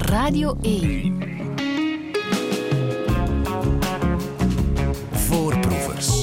Radio 1. Voorproevers.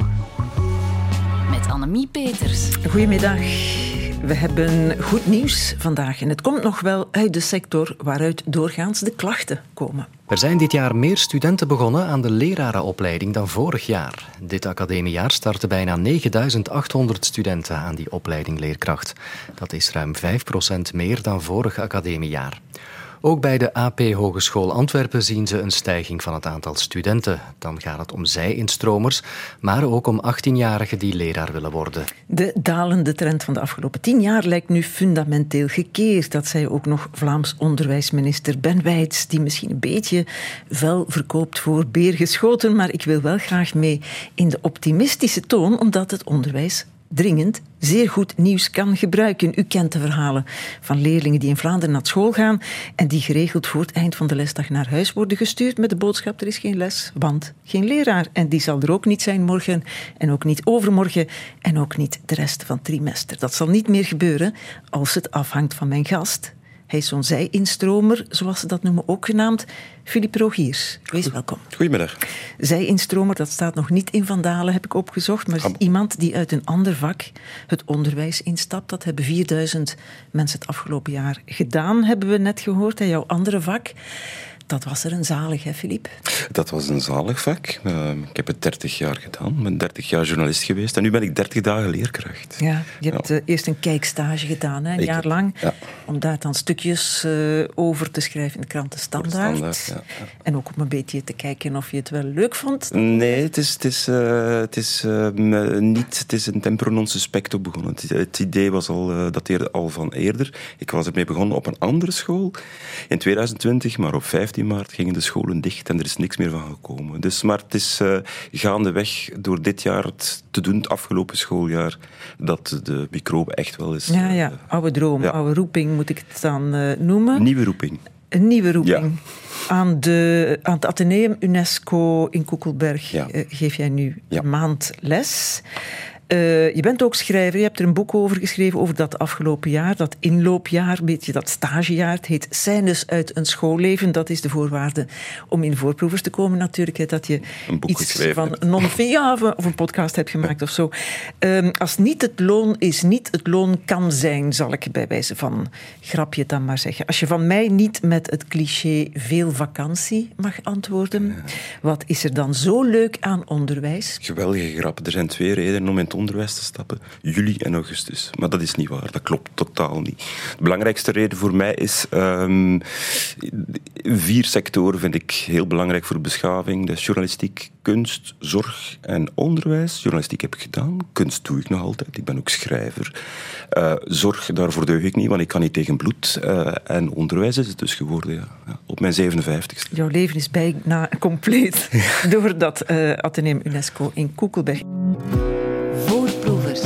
Met Annemie Peters. Goedemiddag. We hebben goed nieuws vandaag en het komt nog wel uit de sector waaruit doorgaans de klachten komen. Er zijn dit jaar meer studenten begonnen aan de lerarenopleiding dan vorig jaar. Dit academiejaar starten bijna 9800 studenten aan die opleiding leerkracht. Dat is ruim 5% meer dan vorig academiejaar. Ook bij de AP Hogeschool Antwerpen zien ze een stijging van het aantal studenten. Dan gaat het om zij-instromers, maar ook om 18-jarigen die leraar willen worden. De dalende trend van de afgelopen 10 jaar lijkt nu fundamenteel gekeerd. Dat zei ook nog Vlaams onderwijsminister Ben Wijts, die misschien een beetje vuil verkoopt voor beer geschoten, maar ik wil wel graag mee in de optimistische toon, omdat het onderwijs dringend zeer goed nieuws kan gebruiken. U kent de verhalen van leerlingen die in Vlaanderen naar school gaan en die geregeld voor het eind van de lesdag naar huis worden gestuurd met de boodschap: er is geen les, want geen leraar. En die zal er ook niet zijn morgen en ook niet overmorgen en ook niet de rest van het trimester. Dat zal niet meer gebeuren als het afhangt van mijn gast. Hij is zo'n zij-instromer, zoals ze dat noemen, ook genaamd, Philippe Rogiers. Wees welkom. Goedemiddag. Zij-instromer, dat staat nog niet in Van Dalen, heb ik opgezocht, maar is iemand die uit een ander vak het onderwijs instapt. Dat hebben 4000 mensen het afgelopen jaar gedaan, hebben we net gehoord, in jouw andere vak. Dat was er een zalig, hè, Philippe? Dat was een zalig vak. Ik heb het 30 jaar gedaan. Ik ben 30 jaar journalist geweest en nu ben ik 30 dagen leerkracht. Ja, je hebt eerst een kijkstage gedaan, hè, een jaar lang. Ja. Om daar dan stukjes over te schrijven in de krant De Standaard. Ja. En ook om een beetje te kijken of je het wel leuk vond. Nee, het is een tempo non suspecto begonnen. Het idee was dateerde al van eerder. Ik was ermee begonnen op een andere school in 2020, maar op 15 maart gingen de scholen dicht en er is niks meer van gekomen. Maar het is gaandeweg door dit jaar te doen, het afgelopen schooljaar, dat de microbe echt wel is. Ja, oude droom, oude roeping moet ik het dan noemen. Nieuwe roeping. Een nieuwe roeping. Ja. Aan het Atheneum UNESCO in Koekelberg geef jij nu een maand les. Je bent ook schrijver, je hebt er een boek over geschreven over dat afgelopen jaar, dat inloopjaar, een beetje dat stagejaar. Het heet Scènes uit een schoolleven. Dat is de voorwaarde om in voorproevers te komen natuurlijk, dat je iets van non-fiction of een podcast hebt gemaakt of zo. Als niet het loon is, niet het loon kan zijn, zal ik bij wijze van grapje dan maar zeggen. Als je van mij niet met het cliché veel vakantie mag antwoorden, wat is er dan zo leuk aan onderwijs? Geweldige grap. Er zijn 2 redenen om in het onderwijs te stappen. Juli en augustus. Maar dat is niet waar. Dat klopt totaal niet. De belangrijkste reden voor mij is 4 sectoren vind ik heel belangrijk voor de beschaving. Dat is journalistiek, kunst, zorg en onderwijs. Journalistiek heb ik gedaan. Kunst doe ik nog altijd. Ik ben ook schrijver. Zorg, daarvoor deug ik niet, want ik kan niet tegen bloed. En onderwijs is het dus geworden, op mijn 57ste. Jouw leven is bijna compleet door dat Atheneum UNESCO in Koekelberg. Voorproevers.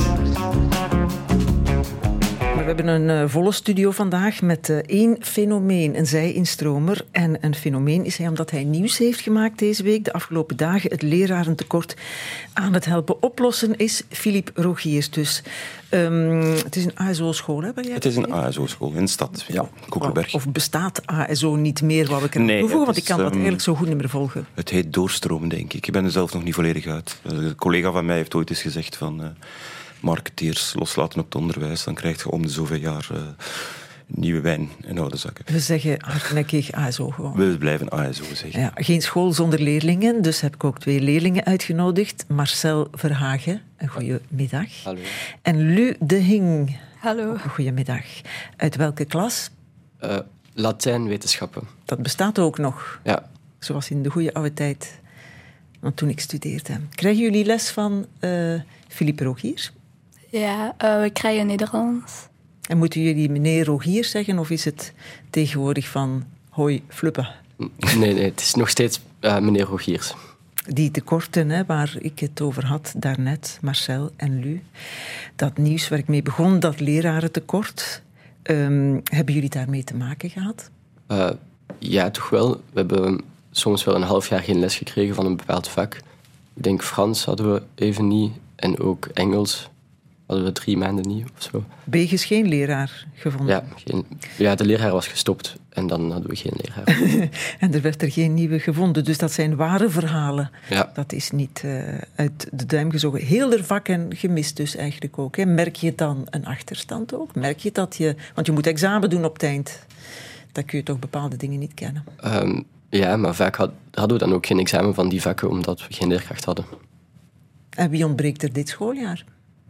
We hebben een volle studio vandaag met 1 fenomeen, een zij-instromer. En een fenomeen is hij omdat hij nieuws heeft gemaakt deze week. De afgelopen dagen het lerarentekort aan het helpen oplossen is Philippe Rogiers. Dus het is een ASO-school, hè? Het is een ASO-school in de stad, Koekelberg. Of bestaat ASO niet meer, wat we kunnen toevoegen? Want ik kan dat eigenlijk zo goed niet meer volgen. Het heet doorstromen, denk ik. Ik ben er zelf nog niet volledig uit. Een collega van mij heeft ooit eens gezegd van marketeers loslaten op het onderwijs, dan krijg je om de zoveel jaar nieuwe wijn in oude zakken. We zeggen hardnekkig ASO gewoon. We blijven ASO zeggen. Ja, geen school zonder leerlingen, dus heb ik ook 2 leerlingen uitgenodigd. Marcel Verhagen, een goedemiddag. Hallo. En Lu de Hing. Hallo. Goedemiddag. Uit welke klas? Latijnwetenschappen. Dat bestaat ook nog. Ja. Zoals in de goede oude tijd. Want toen ik studeerde. Krijgen jullie les van Philippe Rogiers? Ja, we krijgen Nederlands. En moeten jullie meneer Rogiers zeggen, of is het tegenwoordig van hoi fluppe? Nee, het is nog steeds meneer Rogiers. Die tekorten, waar ik het over had daarnet, Marcel en Lu. Dat nieuws waar ik mee begon, dat lerarentekort. Hebben jullie daarmee te maken gehad? Ja, toch wel. We hebben soms wel een half jaar geen les gekregen van een bepaald vak. Ik denk Frans hadden we even niet en ook Engels. hadden we 3 maanden niet of zo. Beges geen leraar gevonden. Ja, de leraar was gestopt en dan hadden we geen leraar. En er werd er geen nieuwe gevonden. Dus dat zijn ware verhalen. Ja. Dat is niet uit de duim gezogen. Heel de vakken gemist dus eigenlijk ook. Hè. Merk je dan een achterstand ook? Merk je dat je... Want je moet examen doen op het eind. Dan kun je toch bepaalde dingen niet kennen. Ja, maar vaak hadden we dan ook geen examen van die vakken omdat we geen leerkracht hadden. En wie ontbreekt er dit schooljaar?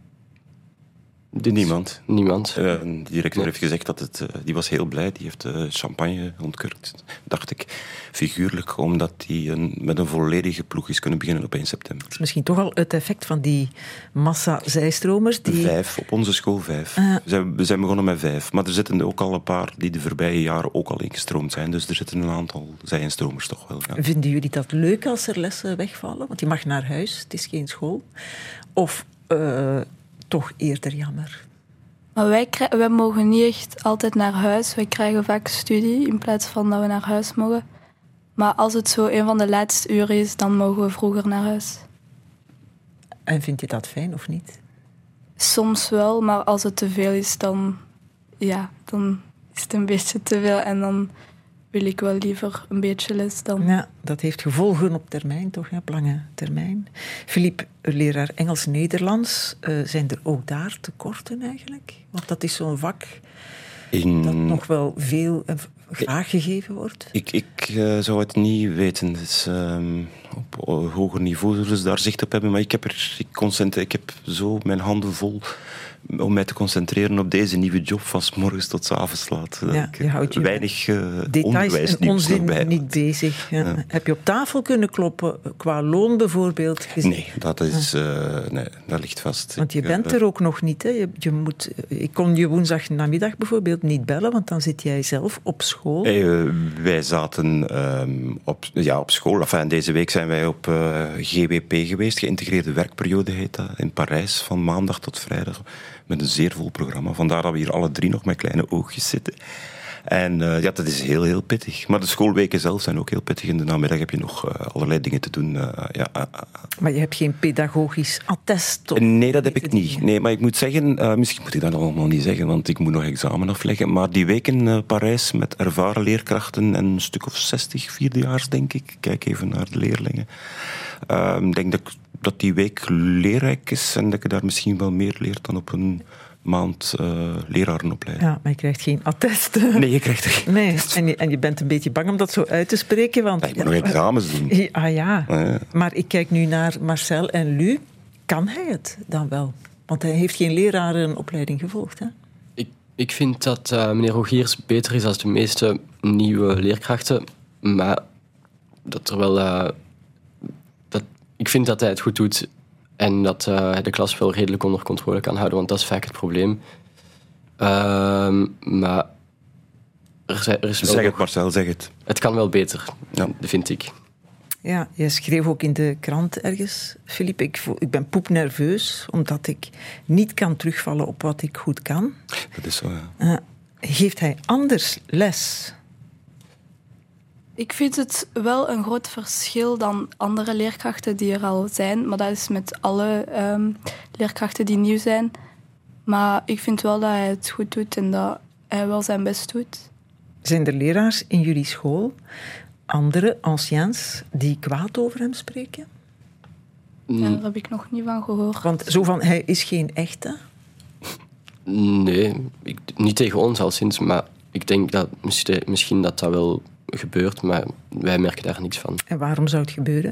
Niemand. De directeur Nee. heeft gezegd dat die was heel blij. Die heeft champagne ontkurkt, dacht ik. Figuurlijk, omdat hij met een volledige ploeg is kunnen beginnen op 1 september. Dat is misschien toch al het effect van die massa zijstromers. 5, op onze school 5. We zijn begonnen met 5. Maar er zitten ook al een paar die de voorbije jaren ook al ingestroomd zijn. Dus er zitten een aantal zij-instromers toch wel. Ja. Vinden jullie dat leuk als er lessen wegvallen? Want je mag naar huis, het is geen school. Of toch eerder jammer? Maar wij mogen niet echt altijd naar huis. Wij krijgen vaak studie in plaats van dat we naar huis mogen. Maar als het zo een van de laatste uren is, dan mogen we vroeger naar huis. En vind je dat fijn of niet? Soms wel, maar als het te veel is, dan is het een beetje te veel. En dan wil ik wel liever een beetje les dan... Ja, dat heeft gevolgen op termijn, toch? Op lange termijn. Philippe, leraar Engels-Nederlands. Zijn er ook daar tekorten eigenlijk? Want dat is zo'n vak dat nog wel veel graag gegeven wordt. Ik zou het niet weten. Dus, op hoger niveau zullen ze daar zicht op hebben. Maar ik heb zo mijn handen vol om mij te concentreren op deze nieuwe job van 's morgens tot 's avonds laat. Ja, je houdt je weinig details onderwijsnieuws en onzin erbij. niet bezig. Ja. Ja. Heb je op tafel kunnen kloppen qua loon bijvoorbeeld? Nee, dat ligt vast. Want je bent er ook nog niet. Hè. Ik kon je woensdagnamiddag bijvoorbeeld niet bellen, want dan zit jij zelf op school. Wij zaten op school. Enfin, deze week zijn wij op GWP geweest, geïntegreerde werkperiode heet dat, in Parijs, van maandag tot vrijdag, met een zeer vol programma. Vandaar dat we hier alle 3 nog met kleine oogjes zitten. En dat is heel, heel pittig. Maar de schoolweken zelf zijn ook heel pittig. In de namiddag heb je nog allerlei dingen te doen. Maar je hebt geen pedagogisch attest? Nee, dat heb ik niet. Nee, maar ik moet zeggen, misschien moet ik dat allemaal niet zeggen, want ik moet nog examen afleggen. Maar die week in Parijs met ervaren leerkrachten en een stuk of 60 vierdejaars, denk ik. Kijk even naar de leerlingen. Ik denk dat die week leerrijk is en dat je daar misschien wel meer leert dan op een maand lerarenopleiding. Ja, maar je krijgt geen attest. Nee, je krijgt er geen attest. Nee, en je bent een beetje bang om dat zo uit te spreken. Want, ik moet nog examens doen. Ja. Maar ik kijk nu naar Marcel en Lu. Kan hij het dan wel? Want hij heeft geen lerarenopleiding gevolgd, hè? Ik vind dat meneer Rogiers beter is dan de meeste nieuwe leerkrachten. Maar dat er wel... ik vind dat hij het goed doet en dat hij de klas wel redelijk onder controle kan houden, want dat is vaak het probleem. Maar er is wel zeg het, Marcel, zeg het. Het kan wel beter, vind ik. Ja, jij schreef ook in de krant ergens, Philippe, ik ben poepnerveus, omdat ik niet kan terugvallen op wat ik goed kan. Dat is zo, ja. Geeft hij anders les? Ik vind het wel een groot verschil dan andere leerkrachten die er al zijn. Maar dat is met alle leerkrachten die nieuw zijn. Maar ik vind wel dat hij het goed doet en dat hij wel zijn best doet. Zijn er leraars in jullie school, andere anciens, die kwaad over hem spreken? Ja, daar heb ik nog niet van gehoord. Want zo van, hij is geen echte? Nee, niet tegen ons al sinds, maar ik denk dat misschien dat wel gebeurt, maar wij merken daar niks van. En waarom zou het gebeuren?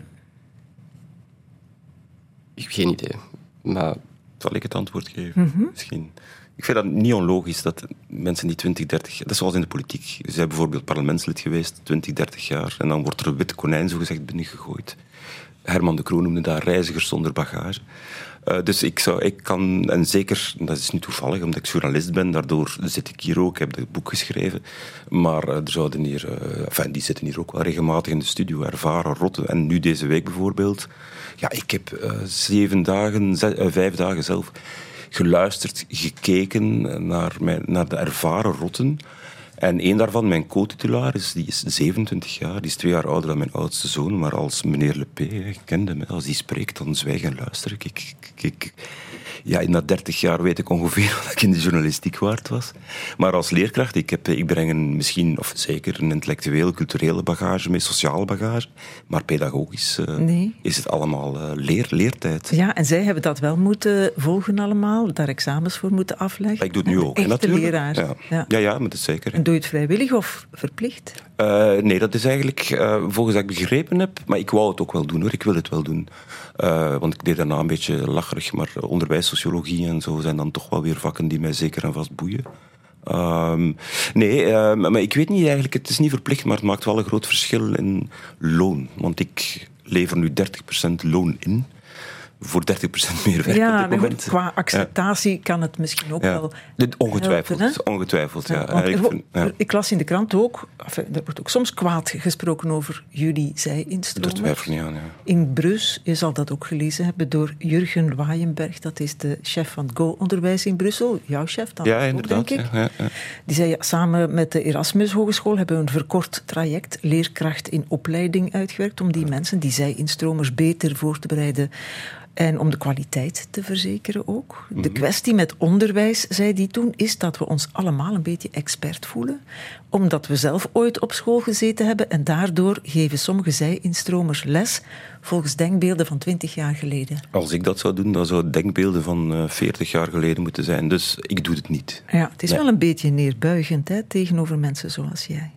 Ik heb geen idee. Maar... Zal ik het antwoord geven? Misschien. Ik vind dat niet onlogisch dat mensen die 20, 30... Dat is zoals in de politiek. Ze zijn bijvoorbeeld parlementslid geweest, 20, 30 jaar, en dan wordt er een witte konijn zogezegd binnengegooid. Herman de Croo noemde dat reizigers zonder bagage. Dus ik kan, en zeker, dat is niet toevallig, omdat ik journalist ben, daardoor zit ik hier ook, ik heb het boek geschreven, maar er zouden hier, die zitten hier ook wel regelmatig in de studio, ervaren, rotten, en nu deze week bijvoorbeeld, ja, ik heb 5 dagen zelf geluisterd, gekeken naar de ervaren rotten, En één daarvan, mijn co-titularis, die is 27 jaar. Die is 2 jaar ouder dan mijn oudste zoon. Maar als meneer Lepé, ik kende hem, als die spreekt, dan zwijg en luister ik. Ja, na 30 jaar weet ik ongeveer wat ik in de journalistiek waard was. Maar als leerkracht, ik breng misschien, of zeker, een intellectuele, culturele bagage mee, sociale bagage. Maar pedagogisch is het allemaal leertijd. Ja, en zij hebben dat wel moeten volgen allemaal, daar examens voor moeten afleggen. Ik doe het nu ook. Echte natuurlijk. leraar. Ja, maar dat is zeker. En doe je het vrijwillig of verplicht? Nee, dat is eigenlijk volgens wat ik begrepen heb. Maar ik wou het ook wel doen, hoor. Ik wil het wel doen. Want ik deed daarna een beetje lacherig, maar onderwijssociologie en zo zijn dan toch wel weer vakken die mij zeker en vast boeien. Maar ik weet niet eigenlijk, het is niet verplicht, maar het maakt wel een groot verschil in loon. Want ik lever nu 30% loon in. Voor 30% meer werk op dit moment. Qua acceptatie kan het misschien ook wel ongetwijfeld, helpen, ongetwijfeld, Ik las in de krant ook, er wordt ook soms kwaad gesproken over jullie zij-instromers. Daar twijfel ik niet aan, ja. In Brus, je zal dat ook gelezen hebben, door Jurgen Waaienberg, dat is de chef van Go-onderwijs in Brussel, jouw chef dan ja, ook, inderdaad, denk ik. Ja. Die zei, samen met de Erasmus Hogeschool hebben we een verkort traject leerkracht in opleiding uitgewerkt om die mensen, die zij-instromers, beter voor te bereiden en om de kwaliteit te verzekeren ook. De kwestie met onderwijs, zei die toen, is dat we ons allemaal een beetje expert voelen. Omdat we zelf ooit op school gezeten hebben en daardoor geven sommige zij-instromers les volgens denkbeelden van 20 jaar geleden. Als ik dat zou doen, dan zou het denkbeelden van 40 jaar geleden moeten zijn. Dus ik doe het niet. Ja, het is wel een beetje neerbuigend tegenover mensen zoals jij.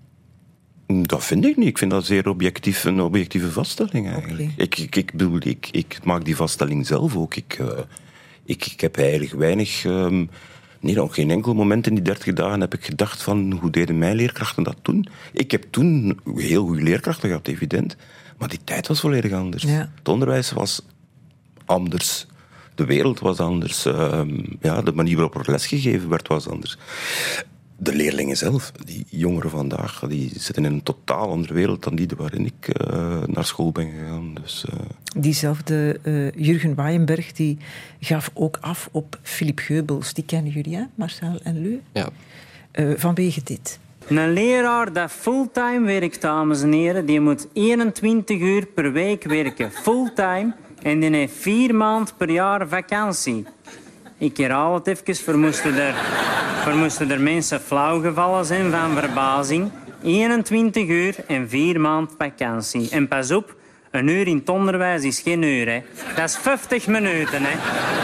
Dat vind ik niet. Ik vind dat zeer een objectieve vaststelling eigenlijk. Okay. Ik maak die vaststelling zelf ook. Ik heb eigenlijk weinig... nog geen enkel moment in die 30 dagen heb ik gedacht van hoe deden mijn leerkrachten dat toen? Ik heb toen heel goede leerkrachten gehad, evident. Maar die tijd was volledig anders. Ja. Het onderwijs was anders. De wereld was anders. De manier waarop er lesgegeven werd was anders. De leerlingen zelf, die jongeren vandaag, die zitten in een totaal andere wereld dan die waarin ik naar school ben gegaan. Dus, Diezelfde Jurgen Waaienberg, die gaf ook af op Philippe Geubels. Die kennen jullie, hè? Marcel en Lu? Ja. Vanwege dit. Een leraar dat fulltime werkt, dames en heren, die moet 21 uur per week werken. Fulltime. En die heeft 4 maanden per jaar vakantie. Ik herhaal het even, voor moesten er mensen flauw gevallen zijn van verbazing. 21 uur en 4 maanden vakantie. En pas op, 1 uur in het onderwijs is geen uur, hè. Dat is 50 minuten, hè.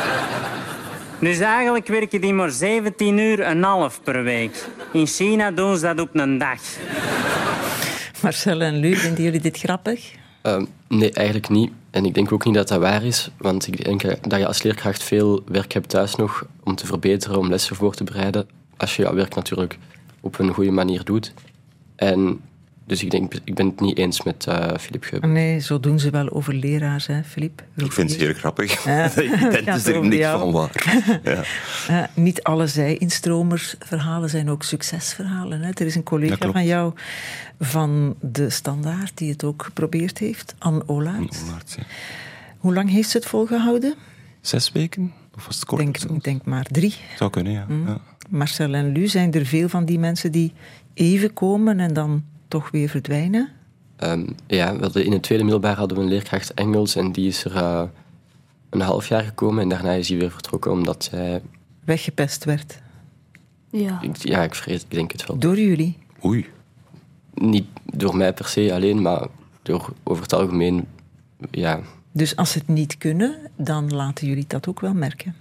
Dus eigenlijk werken die maar 17 uur en half per week. In China doen ze dat op een dag. Marcel en Lu, vinden jullie dit grappig? Nee, eigenlijk niet. En ik denk ook niet dat dat waar is. Want ik denk dat je als leerkracht veel werk hebt thuis nog om te verbeteren, om lessen voor te bereiden. Als je jouw werk natuurlijk op een goede manier doet. En dus ik ben het niet eens met Philippe Geubels. Nee, zo doen ze wel over leraars, hè, Philippe? Ik vind het zeer grappig. Ik denk er niks van waar. Ja. Niet alle zij-instromersverhalen zijn ook succesverhalen. Hè. Er is een collega van jou van de Standaard die het ook geprobeerd heeft, Anne Olaerts. Ja. Hoe lang heeft ze het volgehouden? 6 weken? Of was het kort? Ik denk maar 3. Zou kunnen, ja. Ja. Marcel en Lu, zijn er veel van die mensen die even komen en dan toch weer verdwijnen? In het tweede middelbaar hadden we een leerkracht Engels en die is er een half jaar gekomen en daarna is hij weer vertrokken omdat zij... Weggepest werd? Ja. Ik denk het wel. Door jullie? Oei. Niet door mij per se alleen, maar over het algemeen, ja. Dus als ze het niet kunnen, dan laten jullie dat ook wel merken?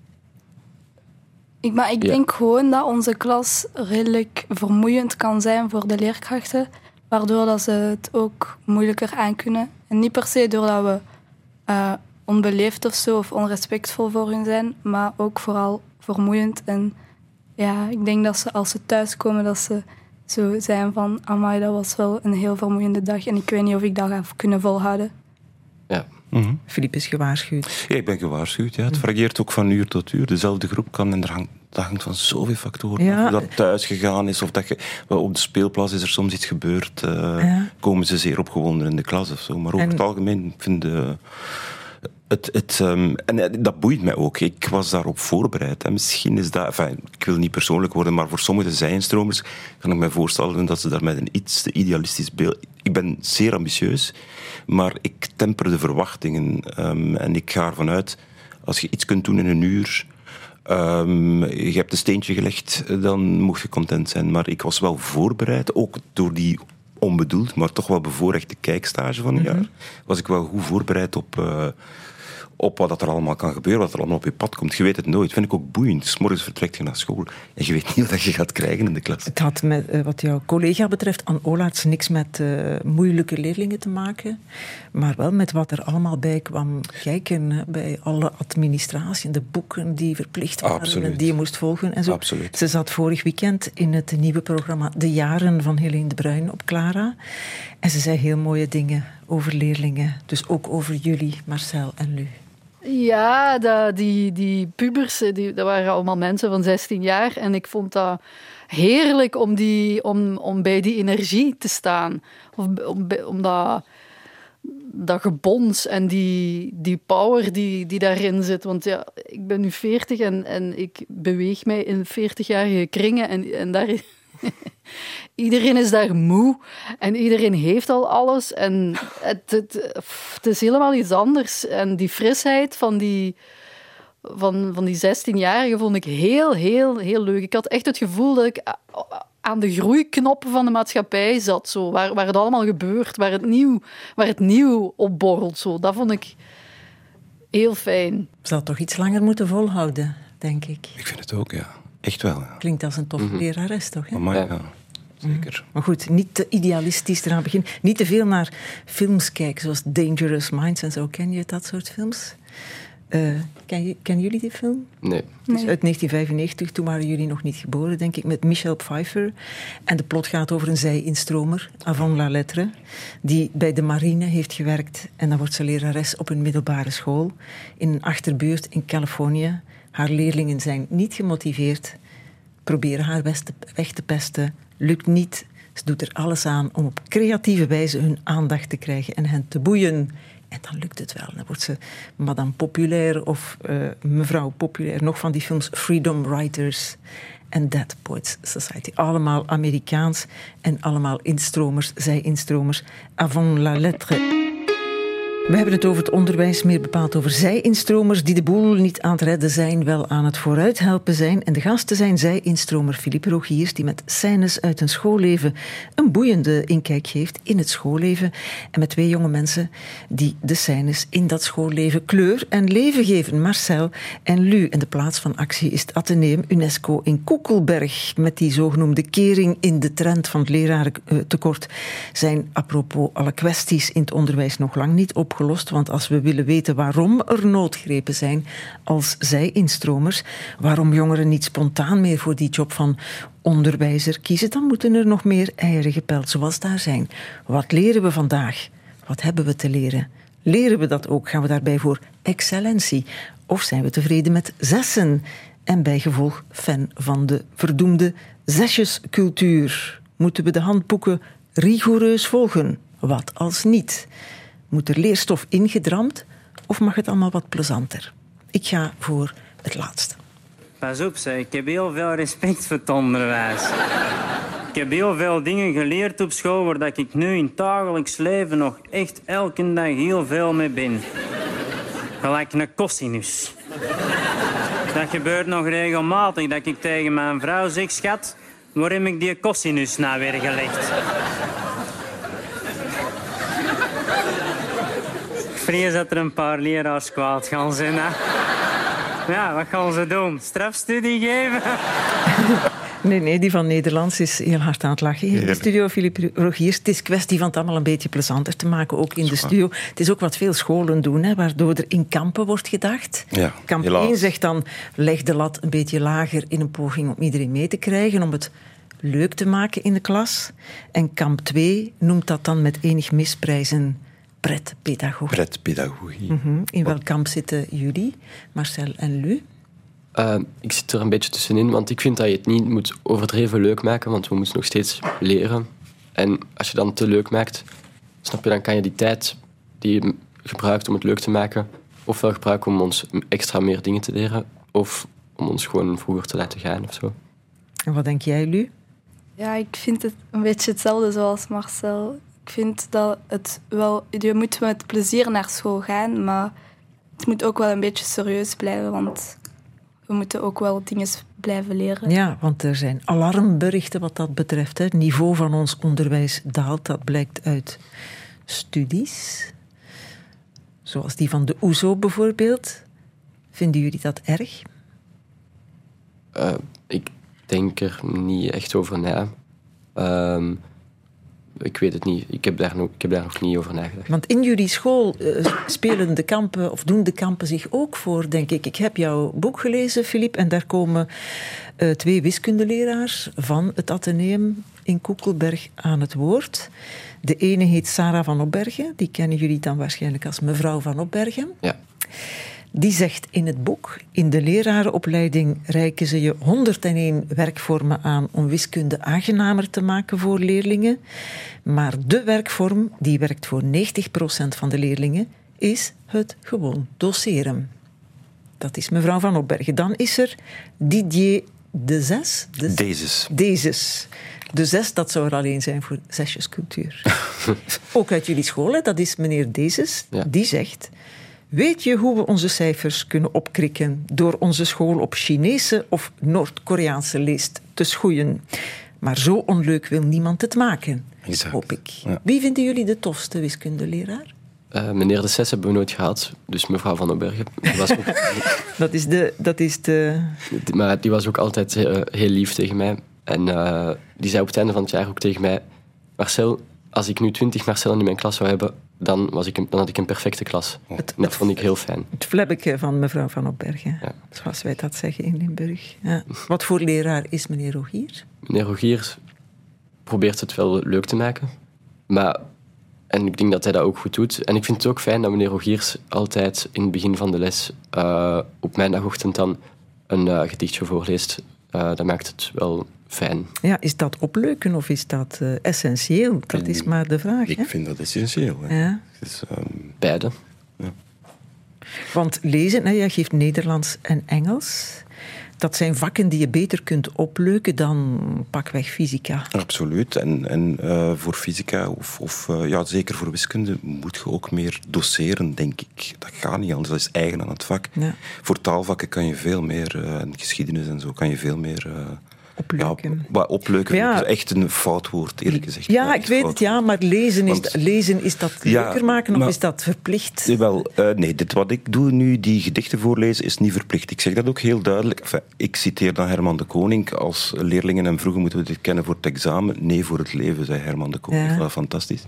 Ik denk gewoon dat onze klas redelijk vermoeiend kan zijn voor de leerkrachten, waardoor dat ze het ook moeilijker aankunnen. En niet per se doordat we onbeleefd of zo, of onrespectvol voor hun zijn, maar ook vooral vermoeiend. En ja, ik denk dat ze als ze thuiskomen, dat ze zo zijn van, amai, dat was wel een heel vermoeiende dag en ik weet niet of ik dat ga kunnen volhouden. Ja. Mm-hmm. Philippe is gewaarschuwd. Ja, ik ben gewaarschuwd. Ja. Het varieert ook van uur tot uur. Dezelfde groep kan en dat hangt van zoveel factoren. Ja. Of dat thuis gegaan is, of dat op de speelplaats is er soms iets gebeurd. Komen ze zeer opgewonden in de klas of zo. Maar over het algemeen En dat boeit mij ook. Ik was daarop voorbereid. Hè. Misschien is dat... ik wil niet persoonlijk worden, maar voor sommige zijinstromers kan ik me voorstellen dat ze daar met een iets te idealistisch beeld... Ik ben zeer ambitieus, maar ik temper de verwachtingen. En ik ga ervan uit, als je iets kunt doen in 1 uur... je hebt een steentje gelegd, dan moet je content zijn. Maar ik was wel voorbereid, ook door die onbedoeld, maar toch wel bevoorrechte kijkstage van een jaar. Was ik wel goed voorbereid op wat er allemaal kan gebeuren, wat er allemaal op je pad komt. Je weet het nooit. Vind ik ook boeiend. 's Morgens vertrekt je naar school en je weet niet wat je gaat krijgen in de klas. Het had met, wat jouw collega betreft, Anne Olaerts, niks met moeilijke leerlingen te maken, maar wel met wat er allemaal bij kwam kijken, bij alle administratie en de boeken die verplicht waren en die je moest volgen en zo. Absoluut. Ze zat vorig weekend in het nieuwe programma De Jaren van Helene de Bruyn op Clara en ze zei heel mooie dingen over leerlingen. Dus ook over jullie, Marcel en Lu. Ja, die pubers, dat waren allemaal mensen van 16 jaar. En ik vond dat heerlijk om bij die energie te staan. Om dat gebons en die power die daarin zit. Want ja, ik ben nu 40 en ik beweeg mij in 40-jarige kringen. En daar... Iedereen is daar moe en iedereen heeft al alles en het is helemaal iets anders. En die frisheid van die 16-jarigen vond ik heel, heel, heel leuk. Ik had echt het gevoel dat ik aan de groeiknoppen van de maatschappij zat, zo, waar het allemaal gebeurt, waar het nieuw opborrelt. Zo. Dat vond ik heel fijn. Ze had toch iets langer moeten volhouden, denk ik. Ik vind het ook, ja. Echt wel, ja. Klinkt als een toffe lerares, toch? Hè? Amai, ja. Zeker. Maar goed, niet te idealistisch eraan beginnen. Niet te veel naar films kijken, zoals Dangerous Minds en zo. Ken je dat soort films? Kennen jullie die film? Nee. Het is uit 1995, toen waren jullie nog niet geboren, denk ik, met Michelle Pfeiffer. En de plot gaat over een zij-instromer, avant la lettre, die bij de marine heeft gewerkt. En dan wordt ze lerares op een middelbare school in een achterbuurt in Californië. Haar leerlingen zijn niet gemotiveerd, proberen haar weg te pesten, lukt niet. Ze doet er alles aan om op creatieve wijze hun aandacht te krijgen en hen te boeien. En dan lukt het wel. Dan wordt ze Madame Populair of Mevrouw Populair. Nog van die films Freedom Writers en Dead Poets Society. Allemaal Amerikaans en allemaal instromers, zij-instromers. Avant la lettre. We hebben het over het onderwijs, meer bepaald over zij-instromers die de boel niet aan het redden zijn, wel aan het vooruithelpen zijn. En de gasten zijn zij-instromer Philippe Rogiers, die met scènes uit een schoolleven een boeiende inkijk geeft in het schoolleven. En met 2 jonge mensen die de scènes in dat schoolleven kleur en leven geven. Marcel en Lu. En de plaats van actie is het Atheneum UNESCO in Koekelberg. Met die zogenoemde kering in de trend van het lerarentekort zijn apropos alle kwesties in het onderwijs nog lang niet opgelost. Want als we willen weten waarom er noodgrepen zijn als zij-instromers, waarom jongeren niet spontaan meer voor die job van onderwijzer kiezen, dan moeten er nog meer eieren gepeld zoals daar zijn. Wat leren we vandaag? Wat hebben we te leren? Leren we dat ook? Gaan we daarbij voor excellentie? Of zijn we tevreden met 6'en? En bijgevolg fan van de verdoemde zesjescultuur? Moeten we de handboeken rigoureus volgen? Wat als niet? Moet er leerstof ingedramd of mag het allemaal wat plezanter? Ik ga voor het laatste. Pas op, zeg. Ik heb heel veel respect voor het onderwijs. Ik heb heel veel dingen geleerd op school waar ik nu in het dagelijks leven nog echt elke dag heel veel mee ben. Gelijk een cosinus. Dat gebeurt nog regelmatig, dat ik tegen mijn vrouw zeg, schat, waar heb ik die cosinus nou weer gelegd? Ik vrees dat er een paar leraars kwaad gaan zijn. Hè? Ja, wat gaan ze doen? Strafstudie geven? Nee, die van Nederlands is heel hard aan het lachen. Hier in de studio, Philippe Rogiers. Het is kwestie van het allemaal een beetje plezanter te maken, ook in de studio. Het is ook wat veel scholen doen, hè, waardoor er in kampen wordt gedacht. Ja, Kamp helaas. 1 zegt dan, leg de lat een beetje lager in een poging om iedereen mee te krijgen, om het leuk te maken in de klas. En kamp 2 noemt dat dan met enig misprijzen pretpedagogie. Pretpedagogie. In welk kamp zitten jullie, Marcel en Lu? Ik zit er een beetje tussenin, want ik vind dat je het niet moet overdreven leuk maken, want we moeten nog steeds leren. En als je dan te leuk maakt, snap je, dan kan je die tijd die je gebruikt om het leuk te maken ofwel gebruiken om ons extra meer dingen te leren, of om ons gewoon vroeger te laten gaan of zo. En wat denk jij, Lu? Ja, ik vind het een beetje hetzelfde zoals Marcel. Ik vind dat het wel... Je moet met plezier naar school gaan, maar het moet ook wel een beetje serieus blijven, want we moeten ook wel dingen blijven leren. Ja, want er zijn alarmberichten wat dat betreft. Hè. Het niveau van ons onderwijs daalt, dat blijkt uit studies. Zoals die van de OESO bijvoorbeeld. Vinden jullie dat erg? Ik denk er niet echt over na. Ik weet het niet. Ik heb daar nog niet over nagedacht. Want in jullie school spelen de kampen, of doen de kampen zich ook voor, denk ik. Ik heb jouw boek gelezen, Philippe, en daar komen 2 wiskundeleraars van het Atheneum in Koekelberg aan het woord. De ene heet Sarah van Opbergen, die kennen jullie dan waarschijnlijk als mevrouw van Opbergen. Ja. Die zegt in het boek, in de lerarenopleiding reiken ze je 101 werkvormen aan om wiskunde aangenamer te maken voor leerlingen. Maar de werkvorm die werkt voor 90% van de leerlingen is het gewoon doseren. Dat is mevrouw van Opbergen. Dan is er Didier Dezes. Dezes. De 6, dat zou er alleen zijn voor zesjescultuur. Ook uit jullie school, hè? Dat is meneer Dezes. Ja. Die zegt... Weet je hoe we onze cijfers kunnen opkrikken door onze school op Chinese of Noord-Koreaanse leest te schoeien? Maar zo onleuk wil niemand het maken, hoop ik. Ja. Wie vinden jullie de tofste wiskundeleraar? Meneer de 6 hebben we nooit gehad, dus mevrouw van Opbergen. Was ook... dat is de... Maar die was ook altijd heel lief tegen mij. En die zei op het einde van het jaar ook tegen mij... Marcel, als ik nu 20 Marcellen in mijn klas zou hebben... Dan had ik een perfecte klas. Dat vond ik heel fijn. Het flebbeke van mevrouw van Opbergen, ja. Zoals wij dat zeggen in Limburg. Ja. Wat voor leraar is meneer Rogier? Meneer Rogier probeert het wel leuk te maken. En ik denk dat hij dat ook goed doet. En ik vind het ook fijn dat meneer Rogiers altijd in het begin van de les... op mijn dagochtend dan een gedichtje voorleest. Dat maakt het wel... fijn. Ja, is dat opleuken of is dat essentieel? Dat is maar de vraag. Ik vind dat essentieel. Hè. Ja. Dus, beide. Ja. Want lezen, jij geeft Nederlands en Engels. Dat zijn vakken die je beter kunt opleuken dan pakweg fysica. Absoluut. En voor fysica of zeker voor wiskunde moet je ook meer doseren, denk ik. Dat gaat niet anders, dat is eigen aan het vak. Ja. Voor taalvakken kan je veel meer, en geschiedenis en zo, kan je veel meer... Opleuken. Ja, opleuken is echt een fout woord, eerlijk gezegd. Ja, ik weet het, ja, maar lezen is dat leuker maken of is dat verplicht? Nee, wat ik doe nu, die gedichten voorlezen, is niet verplicht. Ik zeg dat ook heel duidelijk. Enfin, ik citeer dan Herman de Koning als leerlingen en vroeger moeten we dit kennen voor het examen. Nee, voor het leven, zei Herman de Koning. Ja. Dat is fantastisch.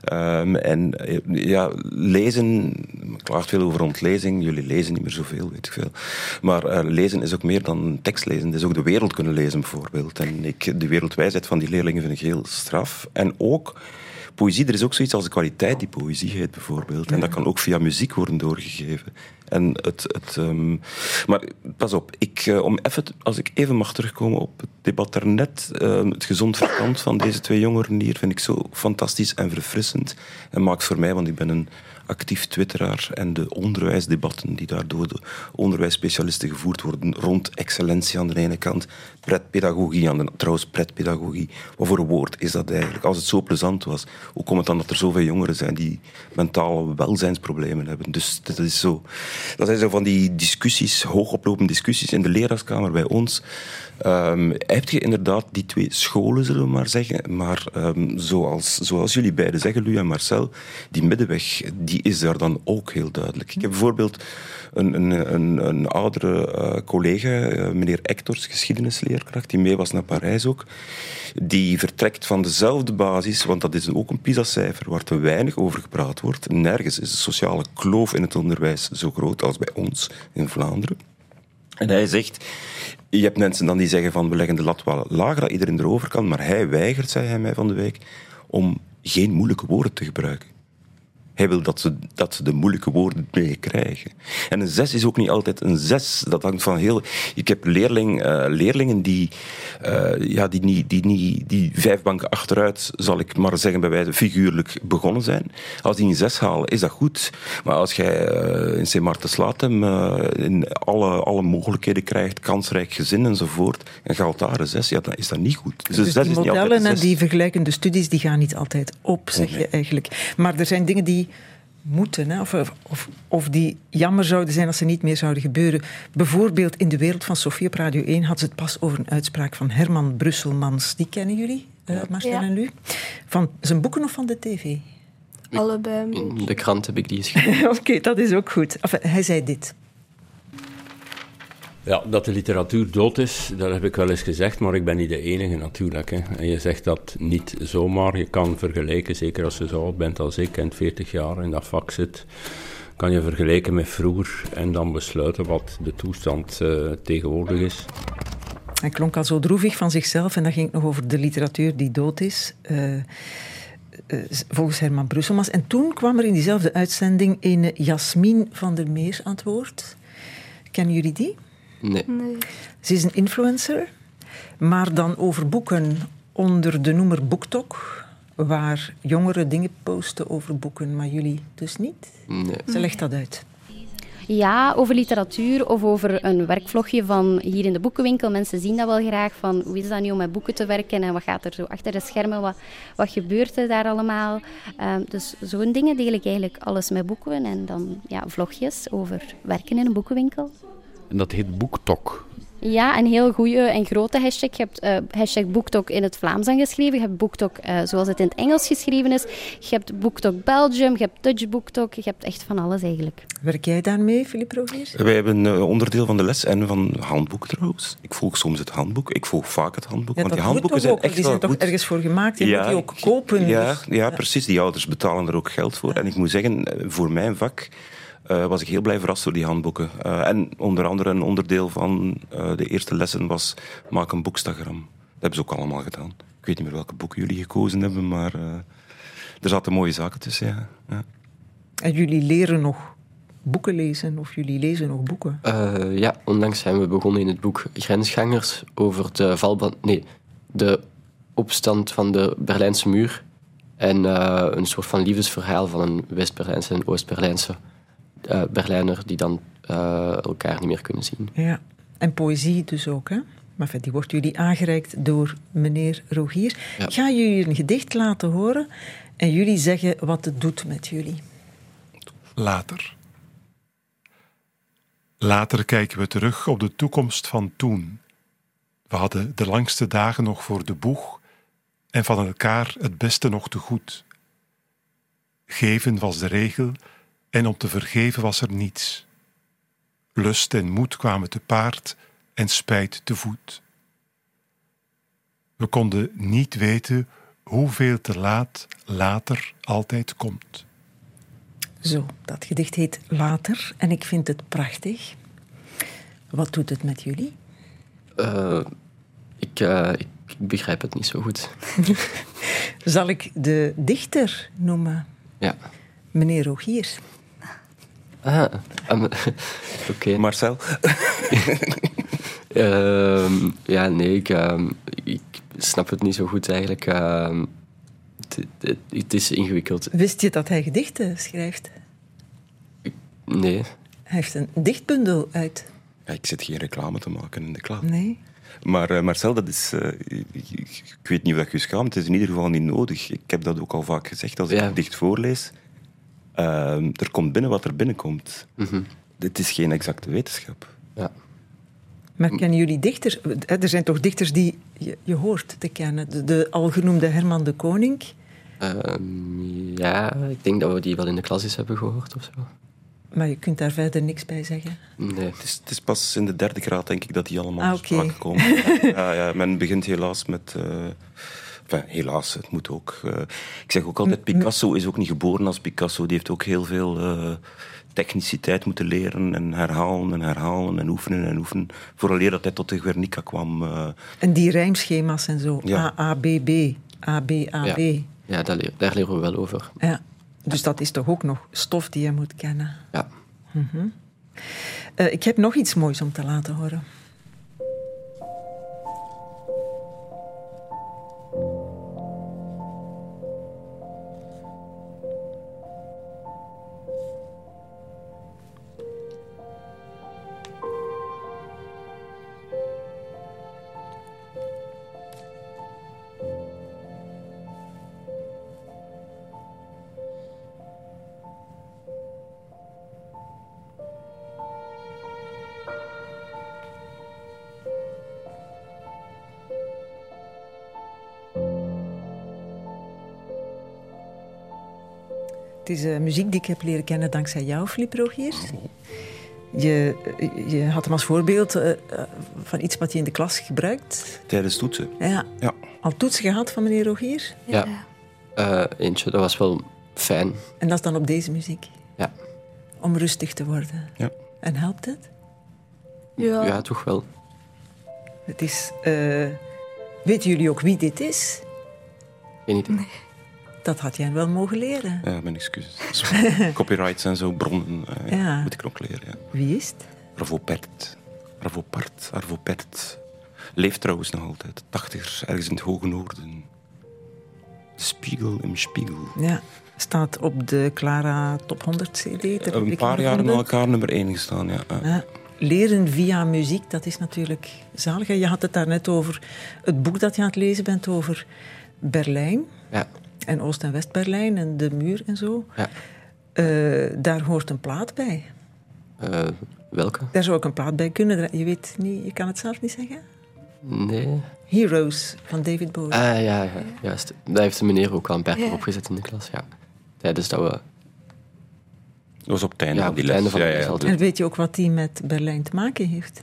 Lezen, ik klaagt veel over ontlezing. Jullie lezen niet meer zoveel, weet ik veel. Maar lezen is ook meer dan tekstlezen. Het is ook de wereld kunnen lezen, bijvoorbeeld. En de wereldwijsheid van die leerlingen vind ik heel straf. En ook poëzie, er is ook zoiets als de kwaliteit die poëzie heet, bijvoorbeeld. En dat kan ook via muziek worden doorgegeven. En maar pas op, als ik even mag terugkomen op het debat daarnet, het gezond verstand van deze 2 jongeren hier vind ik zo fantastisch en verfrissend. En maakt voor mij, want ik ben een actief twitteraar en de onderwijsdebatten die daar door de onderwijsspecialisten gevoerd worden rond excellentie aan de ene kant, pretpedagogie aan de trouwens pretpedagogie. Wat voor een woord is dat eigenlijk? Als het zo plezant was, hoe komt het dan dat er zoveel jongeren zijn die mentale welzijnsproblemen hebben? Dus dat zijn zo van die discussies, hoogoplopende discussies in de leraarskamer bij ons. Heb je inderdaad die 2 scholen, zullen we maar zeggen, maar zoals jullie beiden zeggen, Lu en Marcel, die middenweg, die is daar dan ook heel duidelijk. Ik heb bijvoorbeeld een oudere collega, meneer Hectors, geschiedenisleerkracht, die mee was naar Parijs ook, die vertrekt van dezelfde basis, want dat is ook een PISA-cijfer waar te weinig over gepraat wordt. Nergens is de sociale kloof in het onderwijs zo groot als bij ons in Vlaanderen. En hij zegt, je hebt mensen dan die zeggen van we leggen de lat wel lager, dat iedereen erover kan, maar hij weigert, zei hij mij van de week, om geen moeilijke woorden te gebruiken. Hij wil dat ze de moeilijke woorden meekrijgen. En een 6 is ook niet altijd een 6. Dat hangt van heel... Ik heb leerlingen die 5 banken achteruit, zal ik maar zeggen, bij wijze figuurlijk begonnen zijn. Als die een 6 halen, is dat goed. Maar als jij in Sint Maarten-Slatem in alle mogelijkheden krijgt, kansrijk gezin enzovoort, en je haalt daar een 6, dan is dat niet goed. Dus die modellen en die vergelijkende studies die gaan niet altijd op, zeg je eigenlijk. Maar er zijn dingen die moeten, hè, of die jammer zouden zijn als ze niet meer zouden gebeuren. Bijvoorbeeld in De Wereld van Sophie op Radio 1 had ze het pas over een uitspraak van Herman Brusselmans. Die kennen jullie, Marcel en Lu? Van zijn boeken of van de tv? Allebei. In de krant heb ik die geschreven. Oké, dat is ook goed. Hij zei dit. Ja, dat de literatuur dood is, dat heb ik wel eens gezegd, maar ik ben niet de enige natuurlijk. Hè. En je zegt dat niet zomaar. Je kan vergelijken, zeker als je zo oud bent als ik en 40 jaar in dat vak zit, kan je vergelijken met vroeger en dan besluiten wat de toestand tegenwoordig is. Hij klonk al zo droevig van zichzelf en dat ging nog over de literatuur die dood is. Volgens Herman Brusselmans. En toen kwam er in diezelfde uitzending een Jasmin van der Meer aan het woord. Kennen jullie die? Nee. Ze is een influencer, maar dan over boeken onder de noemer BookTok, waar jongeren dingen posten over boeken, maar jullie dus niet? Nee. Ze legt dat uit. Ja, over literatuur of over een werkvlogje van hier in de boekenwinkel. Mensen zien dat wel graag, van hoe is dat nu om met boeken te werken en wat gaat er zo achter de schermen, wat gebeurt er daar allemaal. Dus zo'n dingen deel ik eigenlijk alles met boeken en dan vlogjes over werken in een boekenwinkel. En dat heet BookTok. Ja, een heel goede en grote hashtag. Je hebt hashtag BookTok in het Vlaams geschreven. Je hebt BookTok zoals het in het Engels geschreven is. Je hebt BookTok Belgium, je hebt Dutch BookTok. Je hebt echt van alles eigenlijk. Werk jij daarmee, Philippe Rogiers? Wij hebben een onderdeel van de les en van het handboek trouwens. Ik volg soms het handboek. Ik volg vaak het handboek. Ja, want die dat handboeken moet toch zijn ook, echt die zijn wel toch goed. ergens voor gemaakt. Je moet die ook kopen. Ja, precies. Die ouders betalen er ook geld voor. En ik moet zeggen, voor mijn vak was ik heel blij verrast door die handboeken. En onder andere een onderdeel van de eerste lessen was maak een boekstagram. Dat hebben ze ook allemaal gedaan. Ik weet niet meer welke boeken jullie gekozen hebben, maar er zaten mooie zaken tussen. Ja. En jullie leren nog boeken lezen of jullie lezen nog boeken? Ja, onlangs zijn we begonnen in het boek Grensgangers over de opstand van de Berlijnse muur en een soort van liefdesverhaal van een West-Berlijnse en Oost-Berlijnse Berlijner die dan elkaar niet meer kunnen zien. Ja, en poëzie dus ook, hè? Maar die wordt jullie aangereikt door meneer Rogiers. Ja. Ga jullie een gedicht laten horen en jullie zeggen wat het doet met jullie. Later. Later kijken we terug op de toekomst van toen. We hadden de langste dagen nog voor de boeg en van elkaar het beste nog te goed. Geven was de regel en om te vergeven was er niets. Lust en moed kwamen te paard en spijt te voet. We konden niet weten hoeveel te laat later altijd komt. Zo, dat gedicht heet Later en ik vind het prachtig. Wat doet het met jullie? Ik begrijp het niet zo goed. Zal ik de dichter noemen? Ja. Meneer Rogiers. Oké. Marcel? Ik snap het niet zo goed eigenlijk. Het is ingewikkeld. Wist je dat hij gedichten schrijft? Nee. Hij heeft een dichtbundel uit. Ja, ik zit geen reclame te maken in de klas. Nee. Maar Marcel, dat is... ik weet niet wat je schaamt. Het is in ieder geval niet nodig. Ik heb dat ook al vaak gezegd als ik een gedicht voorlees. Er komt binnen wat er binnenkomt. Mm-hmm. Dit is geen exacte wetenschap. Ja. Maar kennen jullie dichters? Er zijn toch dichters die je hoort te kennen. De algenoemde Herman de Koning. Ja, ik denk dat we die wel in de klas eens hebben gehoord of zo. Maar je kunt daar verder niks bij zeggen? Nee. Het is pas in de 3e graad, denk ik, dat die allemaal sprake komen. Ja, men begint helaas met... helaas, het moet ook. Ik zeg ook altijd, Picasso is ook niet geboren als Picasso. Die heeft ook heel veel techniciteit moeten leren en herhalen en oefenen. Vooraleer dat hij tot de Guernica kwam. En die rijmschema's en zo. Ja. A, A, B, B. A, B, A, B. Ja, daar leren we wel over. Ja. Dus dat is toch ook nog stof die je moet kennen? Ja. Mm-hmm. Ik heb nog iets moois om te laten horen. Het is muziek die ik heb leren kennen dankzij jou, Philippe Rogiers. Je had hem als voorbeeld van iets wat je in de klas gebruikt. Tijdens toetsen. Ja. Al toetsen gehad van meneer Rogiers? Ja. Eentje, dat was wel fijn. En dat is dan op deze muziek? Ja. Om rustig te worden? Ja. En helpt het? Ja, toch wel. Het is... weten jullie ook wie dit is? Geen idee. Nee. Dat had jij wel mogen leren. Ja, mijn excuses. Copyrights en zo, bronnen, moet ik nog leren. Ja. Wie is het? Arvo Pärt. Leeft trouwens nog altijd. 80ers, ergens in het hoge noorden. Spiegel im Spiegel. Ja, staat op de Clara Top 100 CD. Een paar jaar na elkaar nummer 1 gestaan, ja. Leren via muziek, dat is natuurlijk zalig. Je had het daarnet over het boek dat je aan het lezen bent over Berlijn. Ja. En Oost- en West-Berlijn en de muur en zo. Ja. Daar hoort een plaat bij. Welke? Daar zou ook een plaat bij kunnen. Je weet niet, je kan het zelf niet zeggen? Nee. Heroes van David Bowie. Ja, juist. Daar heeft de meneer ook al een paar opgezet in de klas, ja. Tijdens dat we... Dat was op het einde van die les. En weet je ook wat die met Berlijn te maken heeft?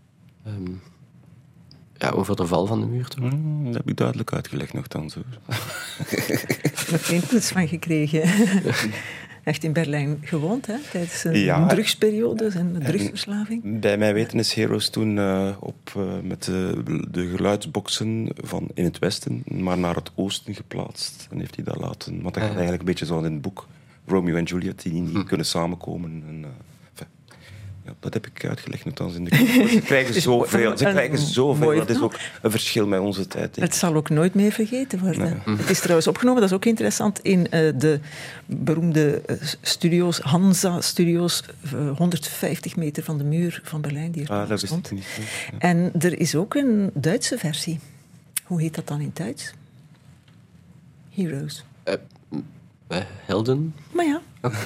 Over de val van de muur toen. Dat heb ik duidelijk uitgelegd nogthans. Hoor. Nog geen toets van gekregen. Echt in Berlijn gewoond, hè? Tijdens een drugsperiode en drugsverslaving. Bij mijn weten is Heroes toen met de geluidsboxen van in het westen, maar naar het oosten geplaatst. En heeft hij dat laten... Want dat gaat eigenlijk een beetje zoals in het boek Romeo en Juliet, die niet kunnen samenkomen. En, dat heb ik uitgelegd nogthans in de klas. Ze krijgen zoveel. Dat is ook een verschil met onze tijd. Het zal ook nooit meer vergeten worden. Nee. Het is trouwens opgenomen, dat is ook interessant, in de beroemde studio's, Hansa-studio's, 150 meter van de muur van Berlijn, die er stond. Niet, ja. En er is ook een Duitse versie. Hoe heet dat dan in Duits? Heroes. Helden? Maar ja. Okay.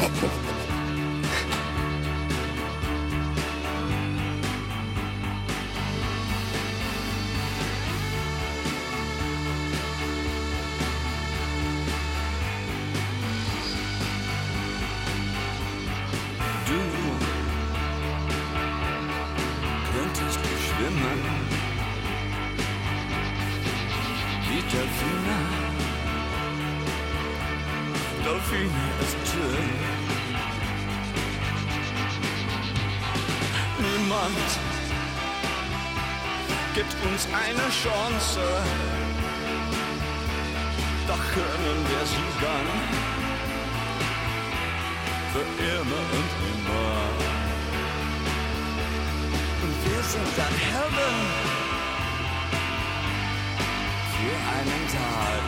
Delfine ist schön. Niemand gibt uns eine Chance, doch können wir siegen für immer und immer. Und wir sind dann Helden für einen Tag.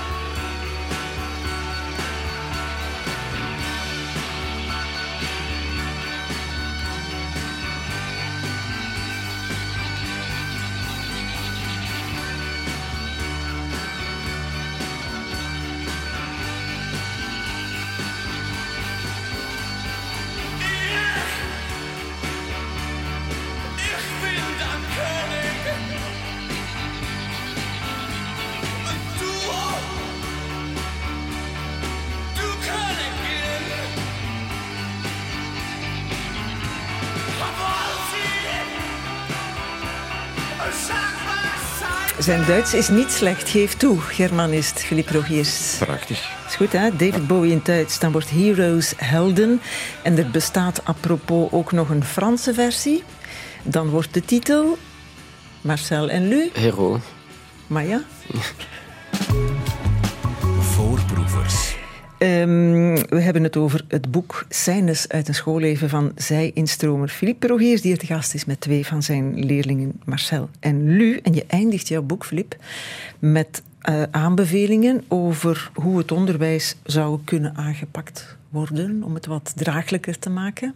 Zijn Duits is niet slecht, geef toe, Germanist Philippe Rogiers. Prachtig. Is goed, hè? David Bowie in Duits, dan wordt Heroes helden. En er bestaat apropos ook nog een Franse versie. Dan wordt de titel Marcel en Lu. Hero. Maar ja. Voorproevers. We hebben het over het boek Scènes uit een schoolleven van zij-instromer Philippe Rogiers, die te gast is met 2 van zijn leerlingen, Marcel en Lu. En je eindigt jouw boek, Philippe, met aanbevelingen over hoe het onderwijs zou kunnen aangepakt worden om het wat draaglijker te maken.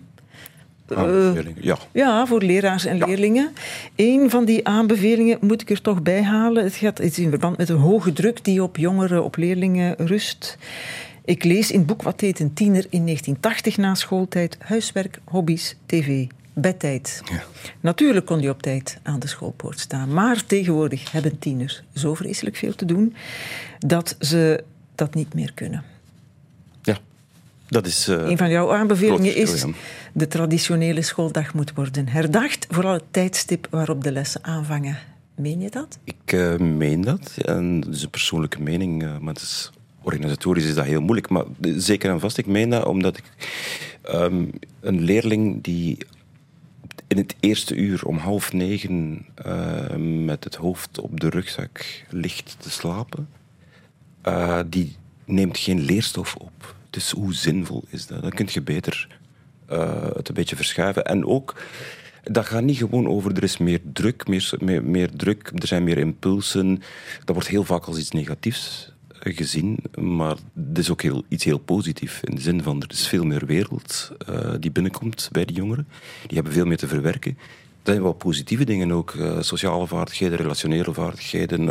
Ja, voor leraars en leerlingen. Een van die aanbevelingen moet ik er toch bij halen. Het gaat iets in verband met een hoge druk die op jongeren, op leerlingen rust. Ik lees in het boek Wat deed een tiener in 1980 na schooltijd? Huiswerk, hobby's, tv, bedtijd. Ja. Natuurlijk kon je op tijd aan de schoolpoort staan. Maar tegenwoordig hebben tieners zo vreselijk veel te doen dat ze dat niet meer kunnen. Ja, dat is... een van jouw aanbevelingen is... De traditionele schooldag moet worden herdacht, vooral het tijdstip waarop de lessen aanvangen. Meen je dat? Ik meen dat. En dat is een persoonlijke mening, maar het is, organisatorisch is dat heel moeilijk. Maar zeker en vast, ik meen dat omdat ik een leerling die in het eerste uur om 8:30 met het hoofd op de rugzak ligt te slapen, die neemt geen leerstof op. Dus hoe zinvol is dat? Dan kun je beter het een beetje verschuiven. En ook, dat gaat niet gewoon over er is meer druk, meer druk, er zijn meer impulsen. Dat wordt heel vaak als iets negatiefs gezien, maar het is ook iets heel positiefs. In de zin van, er is veel meer wereld die binnenkomt bij de jongeren. Die hebben veel meer te verwerken. Dat zijn wel positieve dingen ook. Sociale vaardigheden, relationele vaardigheden,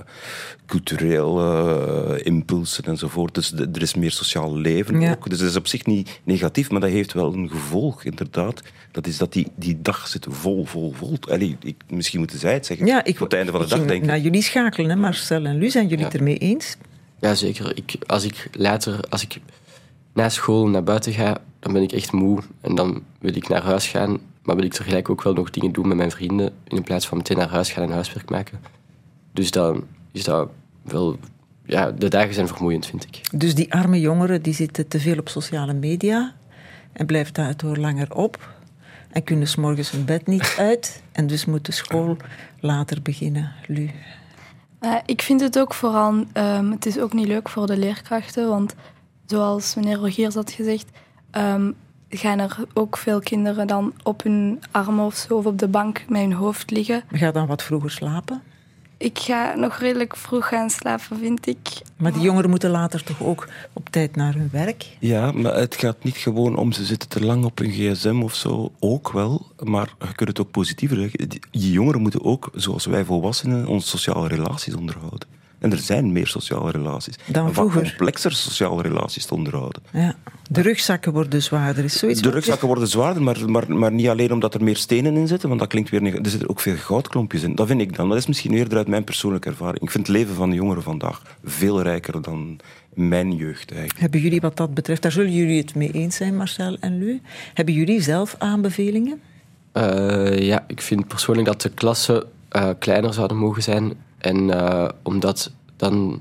culturele impulsen enzovoort. Dus er is meer sociaal leven ook. Dus dat is op zich niet negatief, maar dat heeft wel een gevolg, inderdaad. Dat is dat die dag zit vol. Misschien moeten zij het zeggen. Op het einde van de dag, denk ik. Nou, jullie schakelen, hè, Marcel en Lu. Zijn jullie het ermee eens? Ja, zeker. Als ik na school naar buiten ga, dan ben ik echt moe. En dan wil ik naar huis gaan. Maar wil ik tegelijk ook wel nog dingen doen met mijn vrienden, in plaats van meteen naar huis gaan en huiswerk maken. Dus dan is dat wel... Ja, de dagen zijn vermoeiend, vind ik. Dus die arme jongeren die zitten te veel op sociale media en blijven daardoor langer op en kunnen 's morgens hun bed niet uit en dus moet de school later beginnen. Lu? Ik vind het ook vooral... het is ook niet leuk voor de leerkrachten, want zoals meneer Rogiers had gezegd... gaan er ook veel kinderen dan op hun armen of zo, of op de bank met hun hoofd liggen. Ga dan wat vroeger slapen? Ik ga nog redelijk vroeg gaan slapen, vind ik. Maar die jongeren moeten later toch ook op tijd naar hun werk? Ja, maar het gaat niet gewoon om ze zitten te lang op hun gsm of zo. Ook wel, maar je kunt het ook positiever zeggen. Die jongeren moeten ook, zoals wij volwassenen, onze sociale relaties onderhouden. En er zijn meer sociale relaties. Dan vroeger. Complexer sociale relaties te onderhouden. Ja. De rugzakken worden zwaarder. Is zoiets de rugzakken worden zwaarder, maar niet alleen omdat er meer stenen in zitten, want dat klinkt weer negatief. Er zitten ook veel goudklompjes in. Dat vind ik dan. Dat is misschien eerder uit mijn persoonlijke ervaring. Ik vind het leven van de jongeren vandaag veel rijker dan mijn jeugd eigenlijk. Hebben jullie wat dat betreft, daar zullen jullie het mee eens zijn, Marcel en Lu, hebben jullie zelf aanbevelingen? Ja, ik vind persoonlijk dat de klassen kleiner zouden mogen zijn. En omdat dan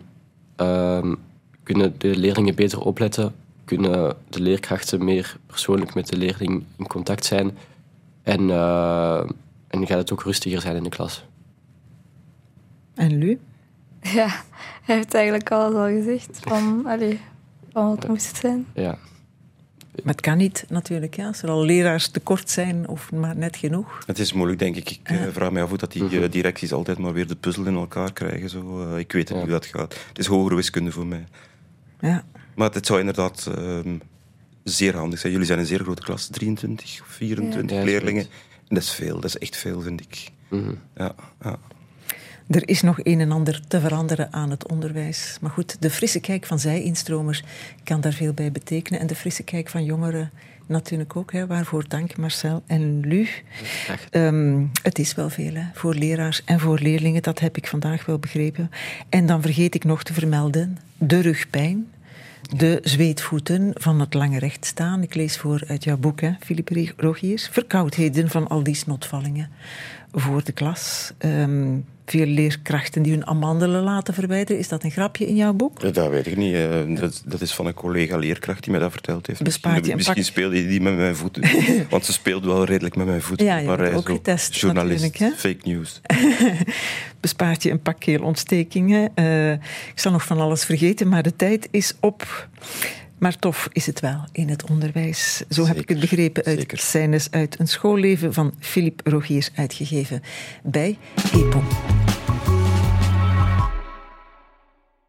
kunnen de leerlingen beter opletten, kunnen de leerkrachten meer persoonlijk met de leerling in contact zijn en gaat het ook rustiger zijn in de klas. En Lu? Ja, hij heeft eigenlijk alles al gezegd van wat moest het zijn. Ja. Maar het kan niet natuurlijk, als er al leraars tekort zijn of maar net genoeg. Het is moeilijk, denk ik. Ik vraag me af hoe dat die directies altijd maar weer de puzzel in elkaar krijgen. Zo. Ik weet niet hoe dat gaat. Het is hogere wiskunde voor mij. Ja. Maar het zou inderdaad zeer handig zijn. Jullie zijn een zeer grote klas, 23 of 24 leerlingen. En dat is veel, dat is echt veel, vind ik. Mm-hmm. Ja. Er is nog een en ander te veranderen aan het onderwijs. Maar goed, de frisse kijk van zij-instromers kan daar veel bij betekenen. En de frisse kijk van jongeren natuurlijk ook. Waarvoor dank, Marcel en Lu. Het is wel veel, voor leraars en voor leerlingen. Dat heb ik vandaag wel begrepen. En dan vergeet ik nog te vermelden de rugpijn. De zweetvoeten van het lange recht staan. Ik lees voor uit jouw boek, Philippe Rogiers. Verkoudheden van al die snotvallingen voor de klas. Veel leerkrachten die hun amandelen laten verwijderen. Is dat een grapje in jouw boek? Dat weet ik niet. Dat is van een collega-leerkracht die mij dat verteld heeft. Misschien speelde hij die met mijn voeten. Want ze speelde wel redelijk met mijn voeten. Ja, je hebt ook getest. Journalist, fake news. Bespaart je een pak keelontstekingen. Ik zal nog van alles vergeten, maar de tijd is op. Maar tof is het wel in het onderwijs. Zo heb ik het begrepen uit Scènes uit een schoolleven van Philippe Rogiers, uitgegeven bij EPO.